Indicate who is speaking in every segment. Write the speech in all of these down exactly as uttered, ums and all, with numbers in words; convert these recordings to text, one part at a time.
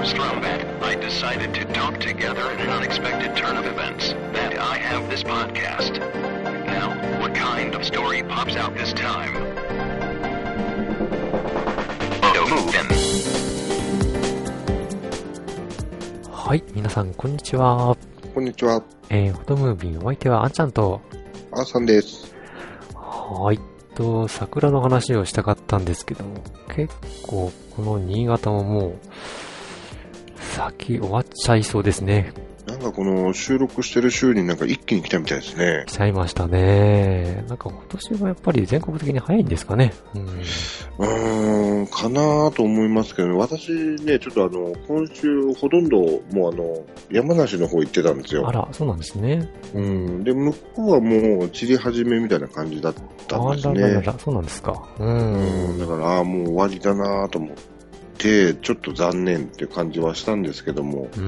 Speaker 1: Strombat, I decided to talk together in an unexpected turn of events. That I have this podcast. Now, what kind of story pops out this time? Don't move in.
Speaker 2: はい、皆さんこんにちは。
Speaker 3: こんにちは。
Speaker 2: えー、フォトムービーお相手はあんちゃんと、
Speaker 3: あーさんです。
Speaker 2: はい、と桜の話をしたかったんですけども、結構この新潟ももう先終わっちゃいそうですね。
Speaker 3: なんかこの収録してる週になんか一気に来たみたいですね。
Speaker 2: 来ちゃいましたね。なんか今年はやっぱり全国的に早いんですかね。うん、
Speaker 3: うーん、かなと思いますけど、私ね、ちょっとあの、今週ほとんどもうあの、山梨の方行ってたんですよ。
Speaker 2: あら、そうなんですね。
Speaker 3: うん。で、向こうはもう散り始めみたいな感じだったんですね。
Speaker 2: あらららら、そうなんですか。うん。
Speaker 3: うんだから、ああ、もう終わりだなと思って、ちょっと残念っていう感じはしたんですけども。
Speaker 2: うん。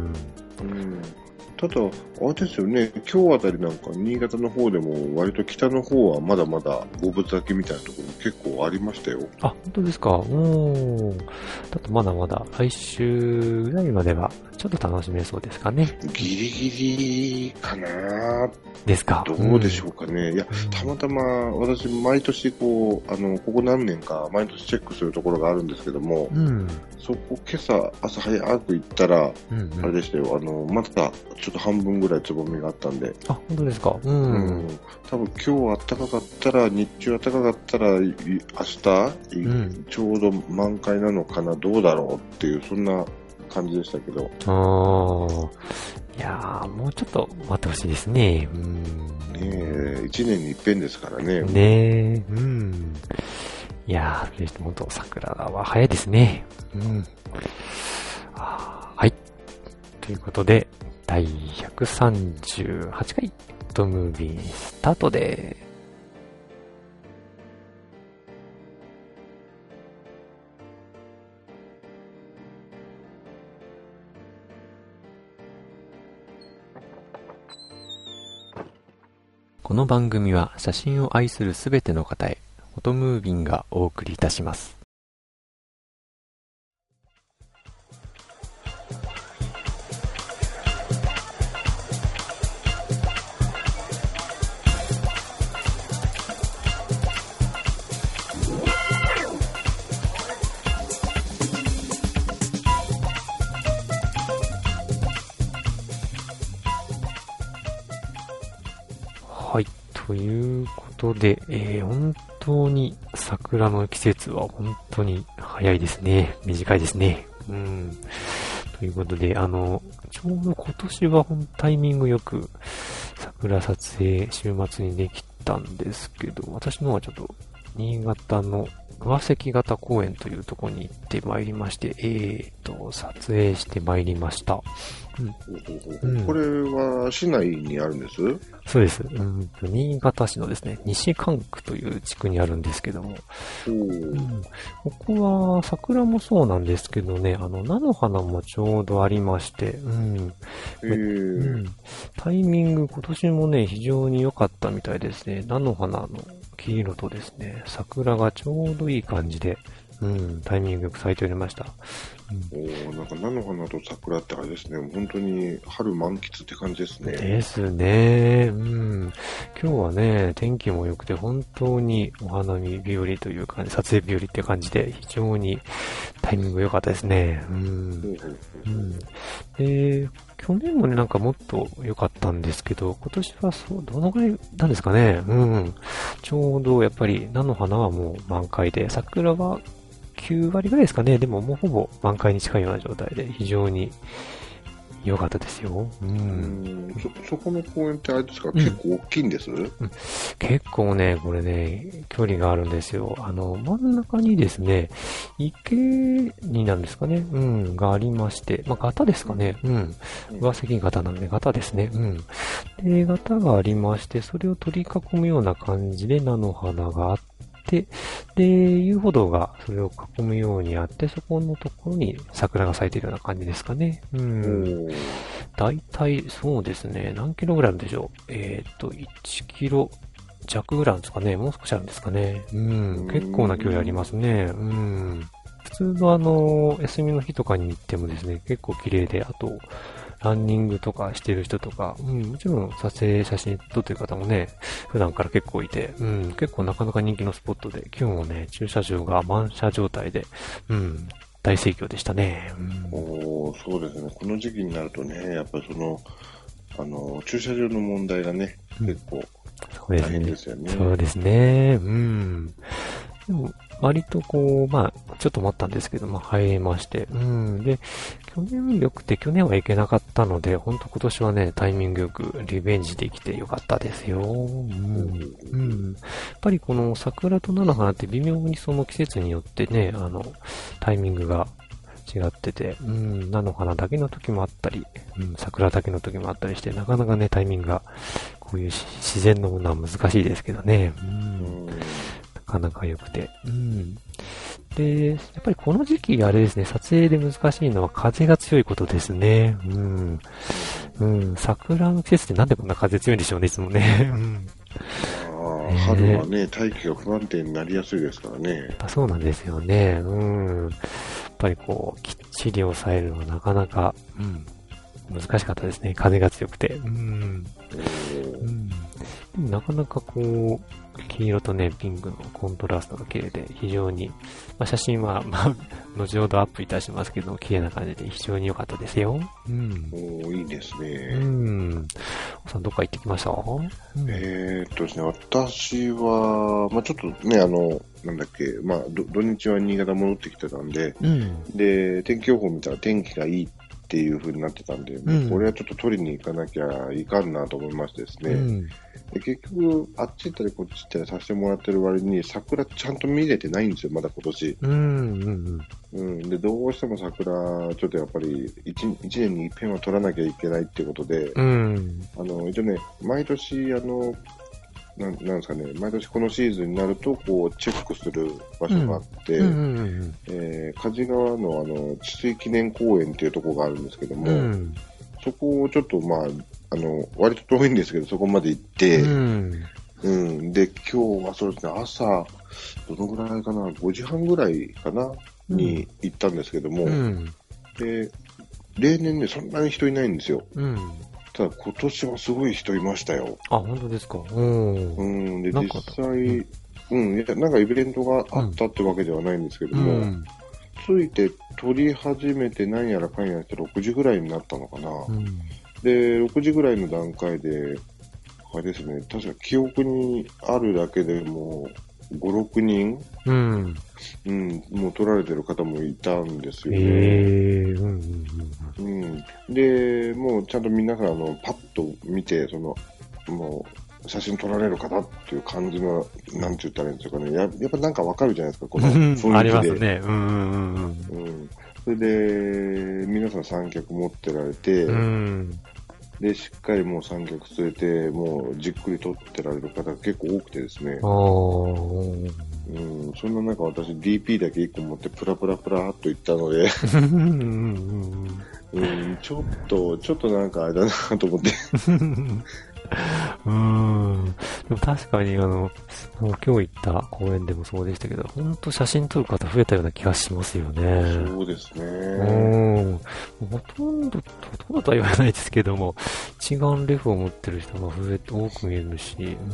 Speaker 3: うんただ、あれですよね、今日あたりなんか新潟の方でも割と北の方はまだまだ五分咲きみたいなところ結構ありましたよ。
Speaker 2: あ、本当ですか。おー。だとまだまだ来週ぐらいまではちょっと楽しめそうですかね。
Speaker 3: ギリギリかな
Speaker 2: ですか。
Speaker 3: どうでしょうかね。うん、いや、たまたま私毎年こう、あの、ここ何年か毎年チェックするところがあるんですけども、
Speaker 2: うん、
Speaker 3: そこ今朝朝早く行ったら、
Speaker 2: うんうん、
Speaker 3: あれでしたよ、あの、まだちょっと半分ぐらいつぼみがあったんで。
Speaker 2: あ、本当ですか。うん。
Speaker 3: うん、多分今日暖かかったら、日中暖かかったら、明日、うん、ちょうど満開なのかな、どうだろうっていう、そんな感じでしたけど。
Speaker 2: あいやー、もうちょっと待ってほしいですね。うん。
Speaker 3: ねえ、一年に一遍ですからね。
Speaker 2: ねえ、うん。いやー、本当桜は早いですね。うん。はい。ということで、だいひゃくさんじゅうはちかい、フォトムービースタートでーす。この番組は写真を愛するすべての方へ、フォトムービンがお送りいたします。はい、ということで、えー、本当に桜の季節は本当に早いですね。短いですね。うん。ということで、あの、ちょうど今年は本タイミングよく桜撮影週末にできたんですけど、私のはちょっと新潟の上関潟公園というところに行ってまいりまして、えーと、撮影してまいりました。
Speaker 3: うん、これは市内にあるんです？
Speaker 2: そうです。うんと、新潟市のですね、西蒲区という地区にあるんですけども、うん、ここは桜もそうなんですけどね、あの、菜の花もちょうどありまして、うん、うん、タイミング今年もね、非常に良かったみたいですね。菜の花の黄色とですね、桜がちょうどいい感じで、うん、タイミングよく咲いておりました。
Speaker 3: うん、おなんか菜の花と桜ってあれですね、本当に春満喫って感じですね。
Speaker 2: ですね。うん。今日はね、天気も良くて本当にお花見日和という感じ、撮影日和っていう感じで非常にタイミング良かったですね。うん。うん、で、去年もね、なんかもっと良かったんですけど、今年はそう、どのぐらいなんですかね。うん。ちょうどやっぱり菜の花はもう満開で、桜はきゅうわりぐらいですかね。でももうほぼ満開に近いような状態で非常に良かったですよ。うん。
Speaker 3: うんそ、そこの公園ってあれですか、うん、結構大きいんです、うん、
Speaker 2: 結構ね、これね、距離があるんですよ。あの、真ん中にですね、池になんですかね、うん、がありまして、まあ、ガタですかね、うん。上関ガタなんでガタですね、うん。で、ガタがありまして、それを取り囲むような感じで菜の花があって、で、で、遊歩道がそれを囲むようにあって、そこのところに桜が咲いているような感じですかね。うん。だいたいそうですね、何キロぐらいあるんでしょう。えっと、いちキロ弱ぐらいあるんですかね。もう少しあるんですかね。うん。結構な距離ありますね。うん。普通のあの、休みの日とかに行ってもですね、結構綺麗で、あと、ランニングとかしてる人とか、うん、もちろん撮影、写真撮ってる方もね、普段から結構いて、うん、結構なかなか人気のスポットで、今日もね、駐車場が満車状態で、うん、大盛況でしたね。うん、
Speaker 3: おー、そうですね。この時期になるとね、やっぱりその、あの、駐車場の問題がね、うん、結構大変ですよね。
Speaker 2: そうですね。うん。でも、割とこう、まあ、ちょっと待ったんですけど、まあ、入れまして。うん。で、去年よくて、去年は行けなかったので、ほんと今年はね、タイミングよくリベンジできてよかったですよ。うん。うん。やっぱりこの桜と菜の花って微妙にその季節によってね、あの、タイミングが違ってて、うん、菜の花だけの時もあったり、うん、桜だけの時もあったりして、なかなかね、タイミングが、こういう自然のものは難しいですけどね。うん、なかなか良くて。うん。で、やっぱりこの時期あれですね、撮影で難しいのは風が強いことですね。うん。うん、桜の季節ってなんでこんな風強いんでしょうね、いつもね。うん。
Speaker 3: ああ、春はね、大気が不安定になりやすいですからね。や
Speaker 2: っぱそうなんですよね。うん。やっぱりこう、きっちり抑えるのはなかなか、うん。難しかったですね。風が強くて。うん。うん、なかなかこう、黄色とね、ピンクのコントラストが綺麗で、非常に、まあ、写真は、まあ、後ほどアップいたしますけど、綺麗な感じで非常に良かったですよ。うん。
Speaker 3: おー、いいですね。
Speaker 2: うん。おさん、どっか行ってきました？うん、
Speaker 3: えーっとですね、私は、まあちょっとね、あの、なんだっけ、まあ土日は新潟戻ってきてたんで、うん、で、天気予報見たら天気がいいっていう風になってたんで、うん、これはちょっと取りに行かなきゃいかんなと思いましてですね、うん、で結局、あっち行ったりこっち行ったりさせてもらってる割に、桜ちゃんと見れてないんですよ、まだ今年。うんうんうん、で、どうしても桜、ちょっとやっぱり一、一年に一遍は撮らなきゃいけないっていうことで、うん、あの、一応ね、毎年、あの、なん、なんですかね、毎年このシーズンになると、こう、チェックする場所があって、えー、梶川のあの、治水記念公園っていうところがあるんですけども、うん、そこをちょっと、まあ、あの、割と遠いんですけど、そこまで行って、うん、うん、で、今日はそうですね、朝、どのぐらいかな、ごじはんぐらいかな、に行ったんですけども、うん、で、例年ね、そんなに人いないんですよ。うんただ今年はすごい人いましたよ。
Speaker 2: あ、本当ですか。うん。
Speaker 3: うん。で、実際、うん、うん、いや、なんかイベントがあったってわけではないんですけども、うん、ついて撮り始めて何やらかんやしてろくじぐらいになったのかな。うん、で、ろくじぐらいの段階で、あれですね、確か記憶にあるだけでも、ご、ろくにん、うん、うん、もう撮られてる方もいたんですよね。へー、うんうんうん、で、もうちゃんと皆さんあのパッと見て、その、もう写真撮られる方っていう感じの、なんて言ったらいいんですかね。や, やっぱなんかわかるじゃないですか、この雰囲気で。
Speaker 2: ありますね。うんうんうんうん。
Speaker 3: それで、皆さん三脚持ってられて、うんで、しっかりもう三脚据えて、もうじっくり撮ってられる方が結構多くてですね。うん、そんな中私 ディーピー だけいっこ持ってプラプラプラっと行ったので、うん、ちょっと、ちょっとなんかあれだなと思って。
Speaker 2: うーん。でも確かにあの、今日行った公園でもそうでしたけど、ほんと写真撮る方増えたような気がしますよね。
Speaker 3: そうですね。
Speaker 2: うん。ほとんど、ほとんどとは言わないですけども、一眼レフを持ってる人が増えて多く見えるし、うん。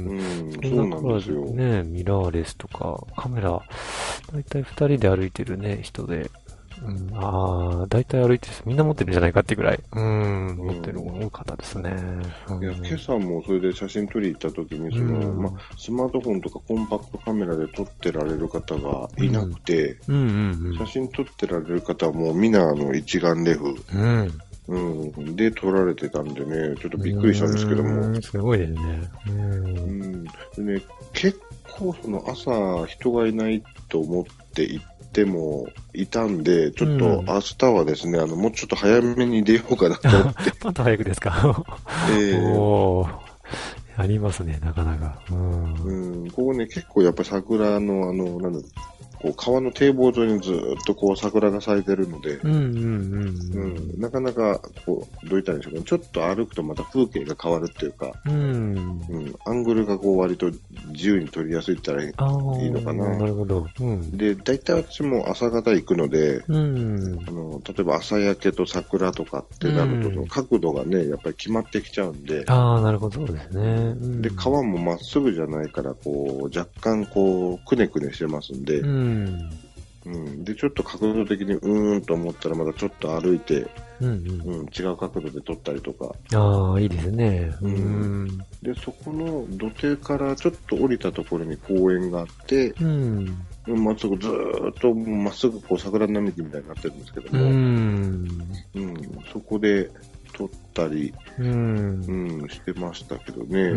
Speaker 3: うん、そうなんですよ。
Speaker 2: ね、ミラーレスとか、カメラ、だいたい二人で歩いてるね、人で、うん、ああ、だいたい歩いてる人みんな持ってるんじゃないかってぐらい、うん、うん、持ってる多かったですね。
Speaker 3: うん、いや、今朝もそれで写真撮り行った時に、その、うん、ま、スマートフォンとかコンパクトカメラで撮ってられる方がいなくて、うんうんうん、写真撮ってられる方はもうみんなあの一眼レフ、うんうん、で撮られてたんでね、ちょっとびっくりしたんですけども。
Speaker 2: すごいですね。
Speaker 3: うん、うん、でね、結構その朝人がいないと思って行って、でもいたんで、ちょっと明日はですね、うん、あの、もうちょっと早めに出ようかなと思って。
Speaker 2: パッと早くですかえー、おー。ありますね、なかなか。うん。
Speaker 3: うん、ここね、結構やっぱ桜の、あの、なんだ、 こう川の堤防沿いにずっとこう桜が咲いてるので、
Speaker 2: うんうんうん。
Speaker 3: うん、なかなかこう、どういったんでしょうかね。ちょっと歩くとまた風景が変わるっていうか、
Speaker 2: うん。
Speaker 3: うん、アングルがこう割と自由に撮りやすいって言ったらいいのかな。
Speaker 2: なるほど。うん、
Speaker 3: で、大体私も朝方行くので、
Speaker 2: うん、
Speaker 3: あの例えば朝焼けと桜とかってなると、うん、角度がね、やっぱり決まってきちゃうんで、
Speaker 2: ああ、なるほど、そうですね。うん、
Speaker 3: で、川もまっすぐじゃないから、こう、若干こう、くねくねしてますんで、うんうん、で、ちょっと角度的にうーんと思ったら、まだちょっと歩いて、うんうんうん、違う角度で撮ったりとか。
Speaker 2: ああ、いいですね。
Speaker 3: うん、で、そこの土手からちょっと降りたところに公園があって、うん、まっすぐずーっとまっすぐこう桜並木みたいになってるんですけども、うんうん、そこで撮ったり、うんうん、してましたけどね。うん、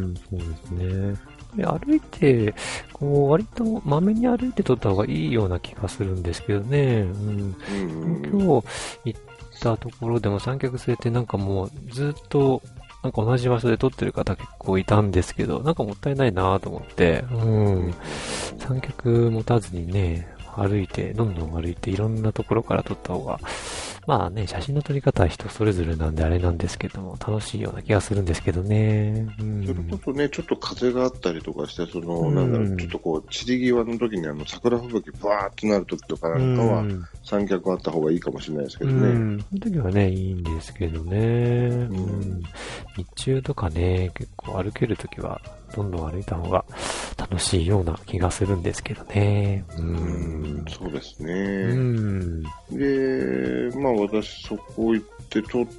Speaker 2: そうですね。歩いて、こう、割とまめに歩いて撮った方がいいような気がするんですけどね。うん。うんうん、今日行ったところでも三脚据えてなんかもうずっと、なんか同じ場所で撮ってる方結構いたんですけど、なんかもったいないなと思って、うん。三脚持たずにね、歩いて、どんどん歩いていろんなところから撮った方が、まあね、写真の撮り方は人それぞれなんであれなんですけども、楽しいような気がするんですけどね。
Speaker 3: うん、それこそね、ちょっと風があったりとかして、その、うん、なんだろう、ちょっとこう、散り際の時にあの、桜吹雪ブワーってなる時とかなんかは、うん、三脚あった方がいいかもしれないですけどね。うん、
Speaker 2: その時はね、いいんですけどね。うん、日中とかね、結構歩ける時は、どんどん歩いた方が楽しいような気がするんですけどね。
Speaker 3: うん、うんそうですね。うん、で、まあ私そこ行って撮って、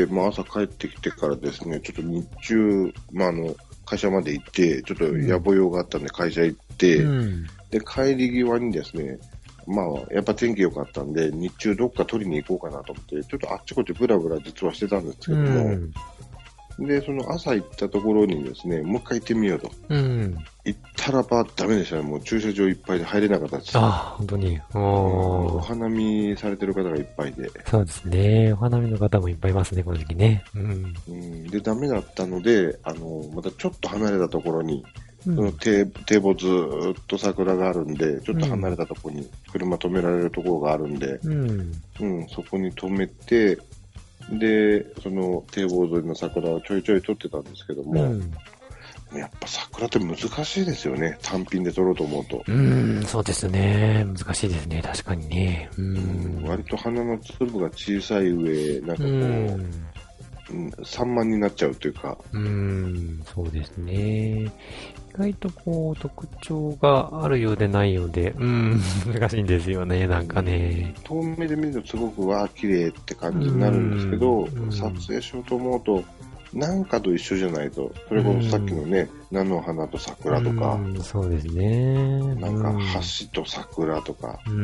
Speaker 3: まあ朝帰ってきてからですね、ちょっと日中、まああの、会社まで行って、ちょっと野暮用があったんで会社行って、うん、で、帰り際にですね、まあ、やっぱ天気良かったんで、日中どっか撮りに行こうかなと思って、ちょっとあっちこっちブラブラ実はしてたんですけども、うんで、その朝行ったところにですね、もう一回行ってみようと。うん。行ったらばダメでしたね。もう駐車場いっぱいで入れなかったです。
Speaker 2: ああ、本当に。お,
Speaker 3: お花見されてる方がいっぱいで。
Speaker 2: そうですね。お花見の方もいっぱいいますね、この時期ね。うん。
Speaker 3: うん、で、ダメだったので、あの、またちょっと離れたところに、うん、その堤防ずーっと桜があるんで、ちょっと離れたところに車止められるところがあるんで、うん。うん、そこに止めて、で、その堤防沿いの桜をちょいちょい撮ってたんですけども、うん、やっぱ桜って難しいですよね。単品で撮ろうと思うと。
Speaker 2: うん、そうですね。難しいですね。確かにね。うん、
Speaker 3: 割と花の粒が小さい上、なんかこう、うんうん、散漫になっちゃうというか。
Speaker 2: うん、そうですね。意外とこう特徴があるようでないようで、うん、難しいんですよね、なんかね。
Speaker 3: 遠目で見るとすごくわー綺麗って感じになるんですけど、撮影しようと思うと、なんかと一緒じゃないと、それこそさっきのね、菜の花と桜とか、
Speaker 2: うん、そうですね。
Speaker 3: なんか橋と桜とか、うん、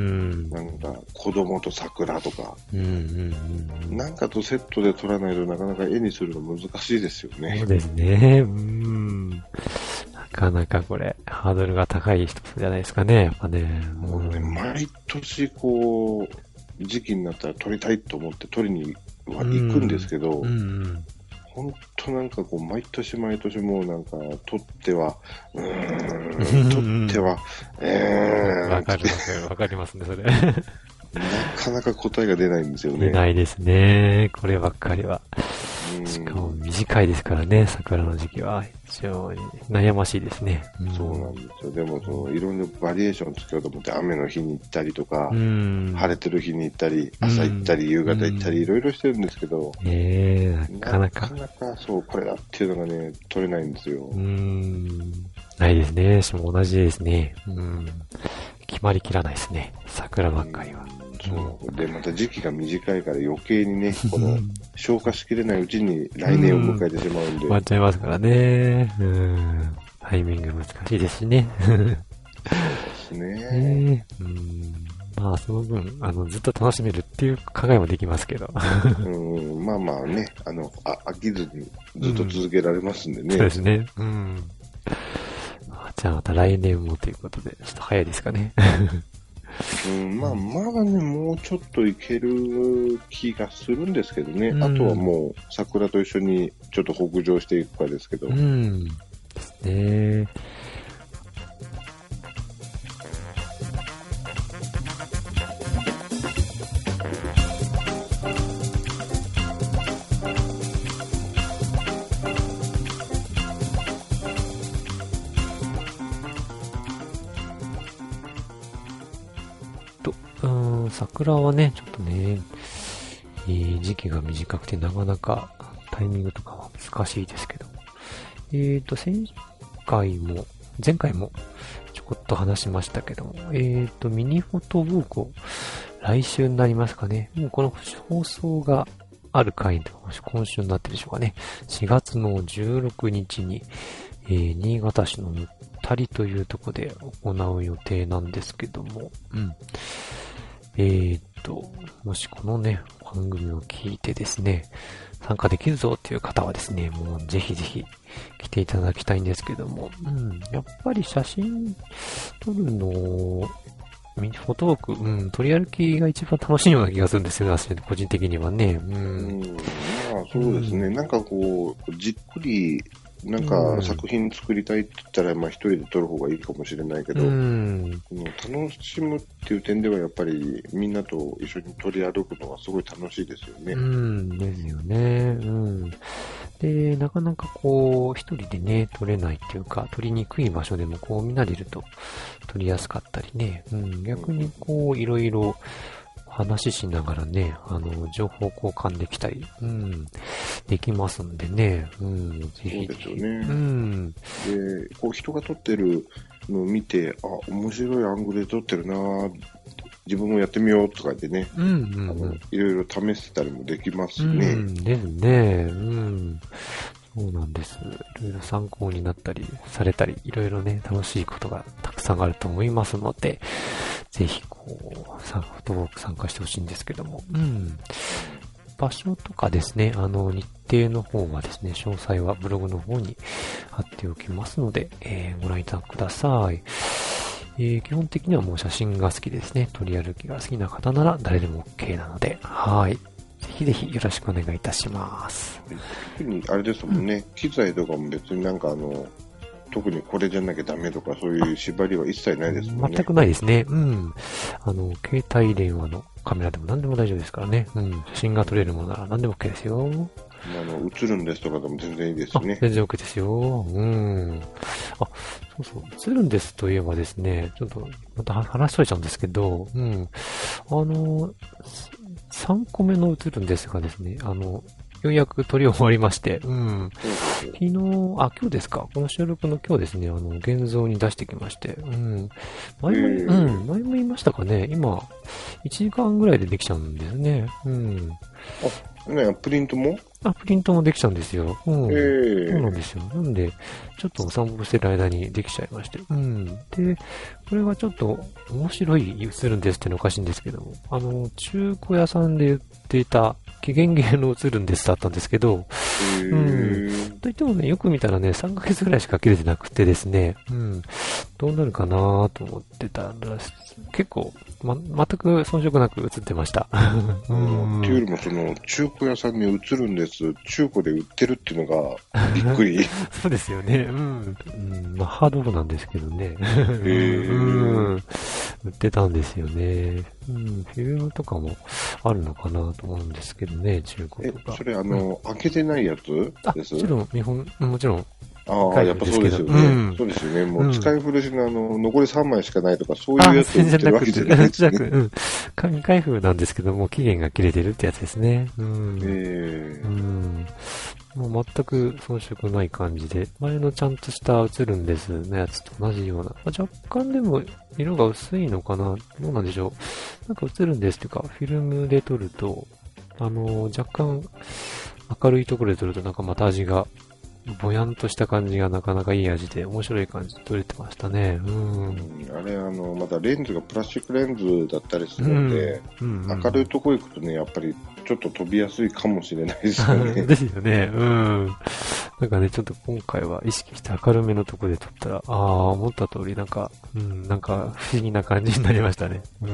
Speaker 3: なんか子供と桜とか、うんうんうん、なんかとセットで撮らないとなかなか絵にするの難しいですよね。
Speaker 2: そうですね。うんなかなかこれ、ハードルが高い一つじゃないですかね、やっぱね。
Speaker 3: もうね、毎年こう、時期になったら撮りたいと思って撮りには行くんですけど、うんうんうん本当なんかこう、毎年毎年もうなんか、撮っては、うーん、撮っては、え
Speaker 2: ー。わかるわかる、わかりますね、それ。
Speaker 3: なかなか答えが出ないんですよね。
Speaker 2: 出ないですね、こればっかりは。しかも短いですからね、桜の時期は。非常に悩ましいですね。
Speaker 3: うん、そうなんですよ。でもその、いろんなバリエーションつけようと思って、雨の日に行ったりとか、うん、晴れてる日に行ったり、朝行ったり、夕方行ったり、いろいろしてるんですけど、
Speaker 2: えー、なかなか。
Speaker 3: なかなかそう、これだっていうのがね、取れないんですよ。
Speaker 2: うん、ないですね。私も同じですね。うん、決まりきらないですね。桜ばっかりは。
Speaker 3: そう。で、また時期が短いから余計にね、この、消化しきれないうちに来年を迎えてしまうんで。
Speaker 2: 終わっちゃいますからね。うん。タイミング難しいですしね。
Speaker 3: そうですね。
Speaker 2: うん。まあ、その分、あの、ずっと楽しめるっていう考えもできますけど。
Speaker 3: うん。まあまあね、あの、あ飽きずにずっと続けられますんでね。うん、
Speaker 2: そうですね。うん。じゃあまた来年もということで、ちょっと早いですかね。
Speaker 3: うん、まあ、まだね、もうちょっといける気がするんですけどね。うん、あとはもう、桜と一緒にちょっと北上していくかですけど。
Speaker 2: うん。ですね。 桜はね、ちょっとね、えー、時期が短くてなかなかタイミングとかは難しいですけど。えーと、前回も、前回もちょこっと話しましたけども、えーと、ミニフォトブークを来週になりますかね。もうこの放送がある回で今週になってるでしょうかね。しがつのじゅうろくにちに、えー、新潟市のぬったりというところで行う予定なんですけども、うん。えーと、もしこのね、番組を聞いてですね、参加できるぞっていう方はですね、もうぜひぜひ来ていただきたいんですけども、うん、やっぱり写真撮るの、ミニフォトワーク、うん、取り歩きが一番楽しいような気がするんですよね、個人的にはね。うん。
Speaker 3: うん、まあそうですね、うん、なんかこう、じっくり、なんか作品作りたいって言ったら、まあ一人で撮る方がいいかもしれないけど、うん、楽しむっていう点ではやっぱりみんなと一緒に撮り歩くのはすごい楽しいですよね。
Speaker 2: うん、ですよね。うん。で、なかなかこう、一人でね、撮れないっていうか、撮りにくい場所でもこうみんなでいると撮りやすかったりね、うん、逆にこう、いろいろ話しながらね、あの、情報交換できたり、うん、できますんでね、うん、ぜひ。
Speaker 3: そうですよね。
Speaker 2: うん。
Speaker 3: で、こう、人が撮ってるのを見て、あ、面白いアングルで撮ってるなぁ、自分もやってみようとかでね、うんうんうん、あのいろいろ試してたりもできますね。
Speaker 2: うん、ですね。うん。そうなんです。いろいろ参考になったり、されたり、いろいろね、楽しいことがたくさんあると思いますので、ぜひ、こう、フォトウォーク参加してほしいんですけども、うん。場所とかですね、あの、日程の方はですね、詳細はブログの方に貼っておきますので、えー、ご覧いただください。えー、基本的にはもう写真が好きですね。撮り歩きが好きな方なら誰でも OK なので、はい。ぜひぜひよろしくお願いいたします。
Speaker 3: 特にあれですもんね、うん、機材とかも別になんかあの、特にこれじゃなきゃダメとかそういう縛りは一切ないですもんね。
Speaker 2: 全くないですね。うん。あの、携帯電話のカメラでも何でも大丈夫ですからね。うん。写真が撮れるものなら何でも OK ですよ。
Speaker 3: あの、映るんですとかでも全然いいですね。
Speaker 2: 全然 OK ですよ。うん。あ、そうそう。映るんですといえばですね、ちょっと、また話しといちゃうんですけど、うん。あの、さんこめの映るんですがですね、あの、ようやく撮り終わりまして、うん。昨日、あ、今日ですか。この収録の今日ですね、あの、現像に出してきまして、うん。前も、うん、前も言いましたかね。今、いちじかんぐらいでできちゃうんですね。うん。
Speaker 3: あ、ね、プリントも
Speaker 2: あ、プリントもできちゃうんですよ。うん。そうなんですよ。なんで、ちょっとお散歩してる間にできちゃいまして。うん。で、これがちょっと面白い映るんですってのおかしいんですけども、あの、中古屋さんで売っていた期限切れの映るんですだったんですけど、うん。といってもね、よく見たらね、さんかげつぐらいしか切れてなくてですね、うん。どうなるかなと思ってたら、結構、ま、全く遜色なく映ってました。
Speaker 3: うん。っていうよりも、その、中古屋さんに映るんです、中古で売ってるっていうのが、びっくり。
Speaker 2: そうですよね。うん。うん、まあ、ハードルなんですけどね。
Speaker 3: へー。
Speaker 2: うん。売ってたんですよね。うん。フィルムとかもあるのかなと思うんですけどね、中古とか。
Speaker 3: え、それあの、うん、開けてないやつです？
Speaker 2: もちろん、見本、もちろん。
Speaker 3: ああ、やっぱそうですよね。うん、そうですよね。もう使い古しのあの、残りさんまいしかないとか、そういうやつを売ってるわけじゃないですね。
Speaker 2: うん。未開封なんですけども、期限が切れてるってやつですね。うん。
Speaker 3: えー、
Speaker 2: うん。もう全く遜色ない感じで、前のちゃんとした映るんですのやつと同じような。まあ、若干でも色が薄いのかな？どうなんでしょう。なんか映るんですっていうか、フィルムで撮ると、あのー、若干明るいところで撮るとなんかまた味がぼやんとした感じがなかなかいい味で面白い感じで撮れてましたね。うん。
Speaker 3: あれ、あの、またレンズがプラスチックレンズだったりするので、うんうんうん、明るいとこ行くとね、やっぱりちょっと飛びやすいかもしれないですよね。
Speaker 2: ですよね。うん。なんかね、ちょっと今回は意識して明るめのとこで撮ったら、ああ、思った通りなんか、うん、なんか不思議な感じになりましたね。うん。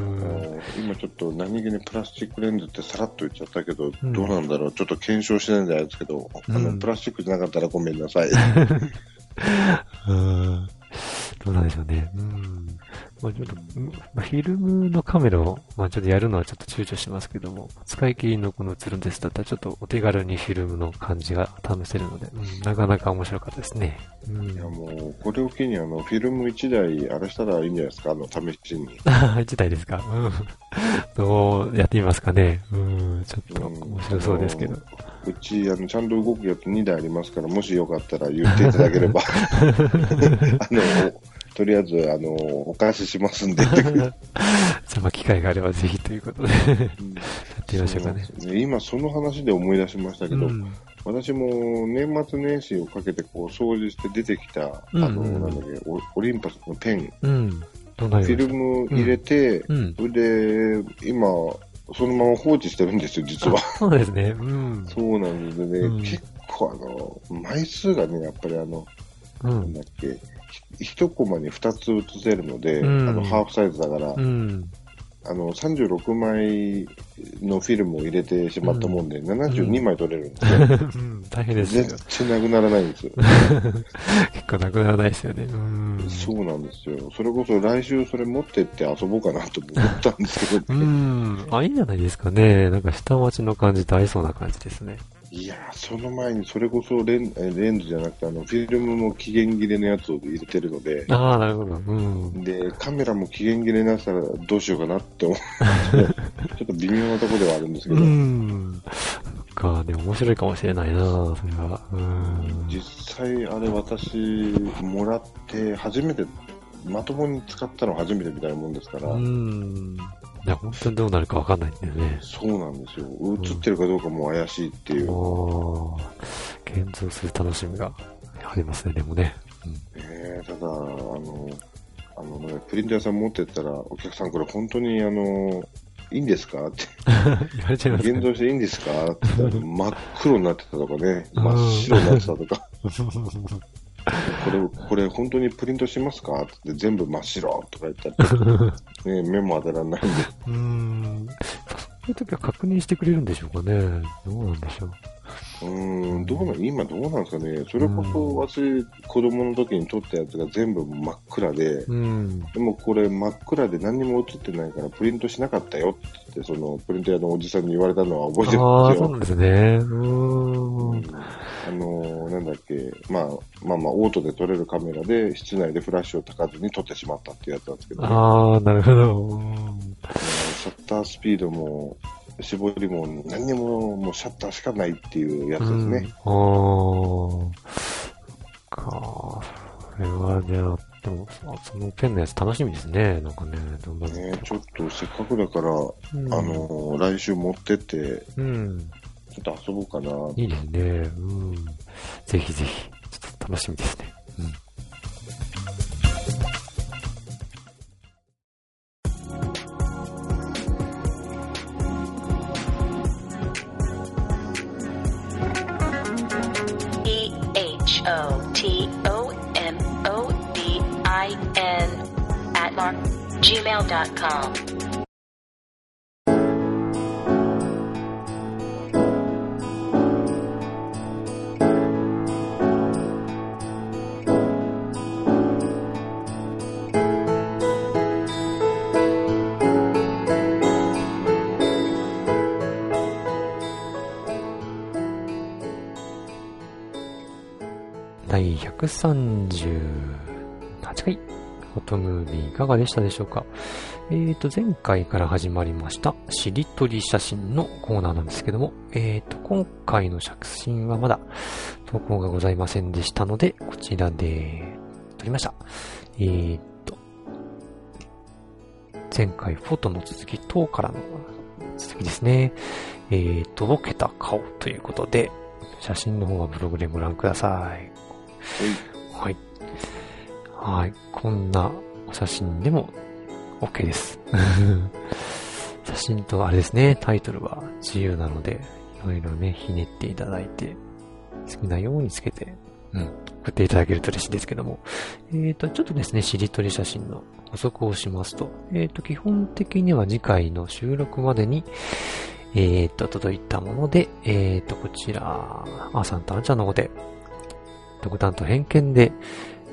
Speaker 3: 今ちょっと何気にプラスチックレンズってさらっと言っちゃったけど、うん、どうなんだろう。ちょっと検証してないんじゃないですけど、あの、うん、プラスチックじゃなかったらごめんなさい。
Speaker 2: うん。どどうなんでしょうね。うん。まあちょっと、まあ、フィルムのカメラを、まあちょっとやるのはちょっと躊躇しますけども、使い切りのこの映るんですだったらちょっとお手軽にフィルムの感じが試せるので、うん、なかなか面白かったですね。うん、いや
Speaker 3: もう、これを機にあの、フィルムいちだいあれしたらいいんじゃないですか、あの、試しに。
Speaker 2: いちだいですか。うん。どうやってみますかね。うん、ちょっと面白そうですけど。
Speaker 3: うち、あの、ちゃんと動くやつにだいありますから、もしよかったら言っていただければ、あの、とりあえず、あの、お返ししますんで。じゃ
Speaker 2: あ、まあ、機会があればぜひということで、やってみましょうかね。
Speaker 3: ね、今、その話で思い出しましたけど、うん、私も年末年始をかけてこう掃除して出てきた、うんうん、あの、なんだっけ、オリンパスのペン、うん、フィルム入れて、うん、それで、今、そのまま放置してるんですよ、実は。
Speaker 2: そうですね。うん、
Speaker 3: そうなんですね、うん。結構あの、枚数がね、やっぱりあの、うん、なんだっけ、一コマに二つ写せるので、うん、あの、ハーフサイズだから、うん、あの、さんじゅうろくまいのフィルムを入れてしまったもんで、うん、ななじゅうにまい撮れるんですよ。
Speaker 2: うん、大変ですよ。
Speaker 3: 全然なくならないんですよ。
Speaker 2: 結構なくならないですよね。うん、
Speaker 3: そうなんですよ。それこそ来週それ持ってって遊ぼうかなと思ったんですけど、ね。
Speaker 2: うん。あ、いいんじゃないですかね。なんか下町の感じと合いそうな感じですね。
Speaker 3: いやー、その前にそれこそレン、レンズじゃなくて、あの、フィルムも期限切れのやつを入れてるので。
Speaker 2: ああ、なるほど。うん。
Speaker 3: で、カメラも期限切れになったらどうしようかなって思う。ちょっと微妙なところではあるんですけど。
Speaker 2: うん。か、でも面白いかもしれないなそれは。うん。
Speaker 3: 実際、あれ私、もらって初めて、まともに使ったの初めてみたいなもんですから。
Speaker 2: うん。いや、本当にどうなるかわかんないんだよね。
Speaker 3: そうなんですよ。映ってるかどうかも怪しいっていう。
Speaker 2: うん、現像する楽しみがありますね、でもね。
Speaker 3: うん、えー、ただ、あの、あの、ね、プリンター屋さん持ってったら、お客さんこれ本当にあの、いいんですかって。
Speaker 2: 言われちゃいますね。
Speaker 3: 現像していいんですかって言ったら真っ黒になってたとかね、真っ白になってたとか。これ、これ本当にプリントしますかって全部真っ白とか言ったり、ね、目も当たらないんで。
Speaker 2: うーん。そういう時は確認してくれるんでしょうかね。どうなんでしょう。
Speaker 3: うーん、どうな、今どうなんですかね。それこそ私、子供の時に撮ったやつが全部真っ暗で、うん、でもこれ真っ暗で何にも映ってないからプリントしなかったよって、そのプリント屋のおじさんに言われたのは覚えてるんですよ。
Speaker 2: ああ、そうなんですね。うーん。
Speaker 3: あのー、なんだっけ、まあ、まあまあ、オートで撮れるカメラで、室内でフラッシュを焚かずに撮ってしまったってやつなんですけど、ね。
Speaker 2: ああ、なるほど。
Speaker 3: シャッタースピードも、絞りも何にも、もうシャッターしかないっていうやつですね。
Speaker 2: うん、ああ。かこれはね、でも、そのペンのやつ楽しみですね。なんかね、どんな
Speaker 3: ね、ちょっとせっかくだから、うん、あのー、来週持ってって、うん、ちょっと遊ぼうかな。
Speaker 2: いいですね。うん。ぜひぜひ、ちょっと楽しみですね。うん。
Speaker 4: ジーメールドットコム
Speaker 2: 第ひゃくさんじゅうはちかいフォトムービーいかがでしたでしょうか。えーと、前回から始まりましたしりとり写真のコーナーなんですけども、えーと、今回の写真はまだ投稿がございませんでしたので、こちらで撮りました。えーと、前回フォトの続き、等からの続きですね。えー、届けた顔ということで、写真の方はブログでご覧ください。はい。はい。こんなお写真でも OK です。写真とあれですね、タイトルは自由なので、いろいろね、ひねっていただいて、好きなようにつけて、うん、送っていただけると嬉しいですけども。えーと、ちょっとですね、しりとり写真の補足をしますと、えーと、基本的には次回の収録までに、えーと、届いたもので、えーと、こちら、あーさんとあんちゃんの方で、独断と偏見で、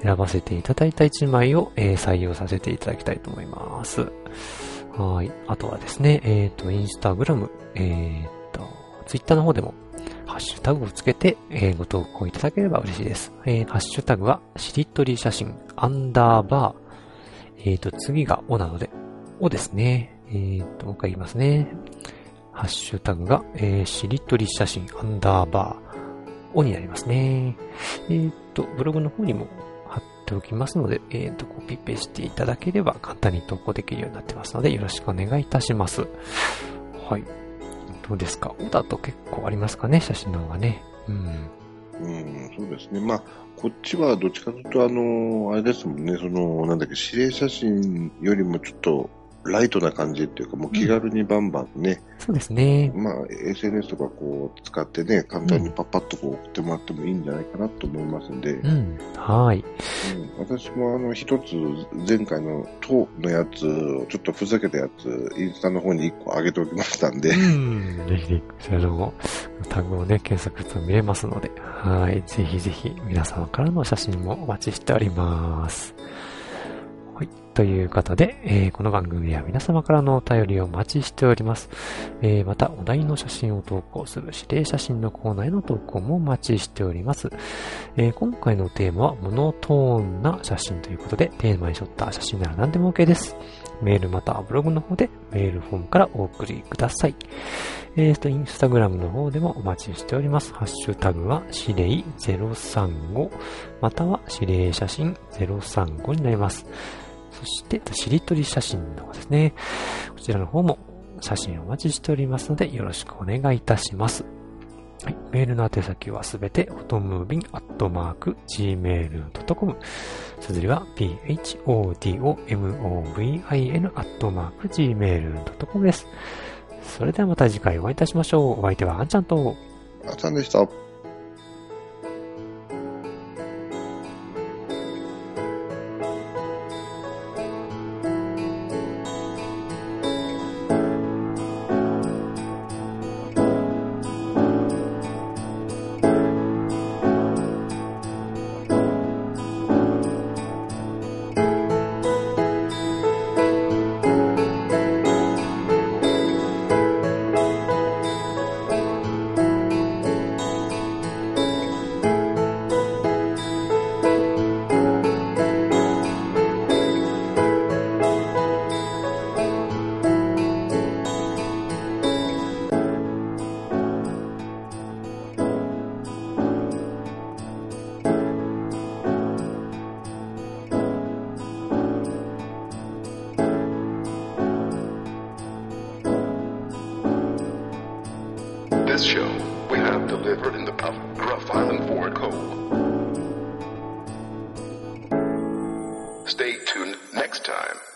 Speaker 2: 選ばせていただいたいちまいを、えー、採用させていただきたいと思います。はい。あとはですね、えっと、インスタグラム、えっと、ツイッターの方でも、ハッシュタグをつけて、えー、ご投稿いただければ嬉しいです。えー、ハッシュタグは、しりとり写真、アンダーバー、えっと、次がおなので、おですね。えっと、もう一回言いますね。ハッシュタグが、えー、しりとり写真、アンダーバー、おになりますね。えっと、ブログの方にも貼っておきますので、えっと、コピペしていただければ簡単に投稿できるようになってますので、よろしくお願いいたします。はい。どうですか？おだと結構ありますかね、写真の方がね。うん。
Speaker 3: うん、そうですね。まあ、こっちはどっちかというと、あの、あれですもんね、その、なんだっけ、指令写真よりもちょっと、ライトな感じっていうか、もう気軽にバンバンね、
Speaker 2: うん、そうですね。
Speaker 3: まあ、エスエヌエス とかこう使ってね、簡単にパッパッとこう送ってもらってもいいんじゃないかなと思いますんで、
Speaker 2: うん、はい、
Speaker 3: うん。私もあの、一つ前回の塔のやつをちょっとふざけたやつ、インスタの方に一個上げておきましたんで、
Speaker 2: うん、ぜひぜひ、こちらのタグをね、検索すると見れますので、はい、ぜひぜひ皆様からの写真もお待ちしております。はい。ということで、えー、この番組は皆様からのお便りをお待ちしております。えー、また、お題の写真を投稿する指令写真のコーナーへの投稿もお待ちしております。えー、今回のテーマは、モノトーンな写真ということで、テーマに沿った写真なら何でも OK です。メールまたはブログの方でメールフォームからお送りください。えーと、インスタグラムの方でもお待ちしております。ハッシュタグは、しれいゼロさんご、または指令写真ゼロさんごになります。そして、しりとり写真の方ですね。こちらの方も写真をお待ちしておりますので、よろしくお願いいたします。はい。メールの宛先はすべて、フォトムービンアットマークジーメールドットコム。綴りは、ピーエイチオーディーオーエムオーブイアイエヌ アットマークジーメールドットコム です。それではまた次回お会いいたしましょう。お相手はあんちゃんと、
Speaker 3: あんちゃんでした。
Speaker 1: This show we have delivered in the Gruff Island Ford Code. Stay tuned next time.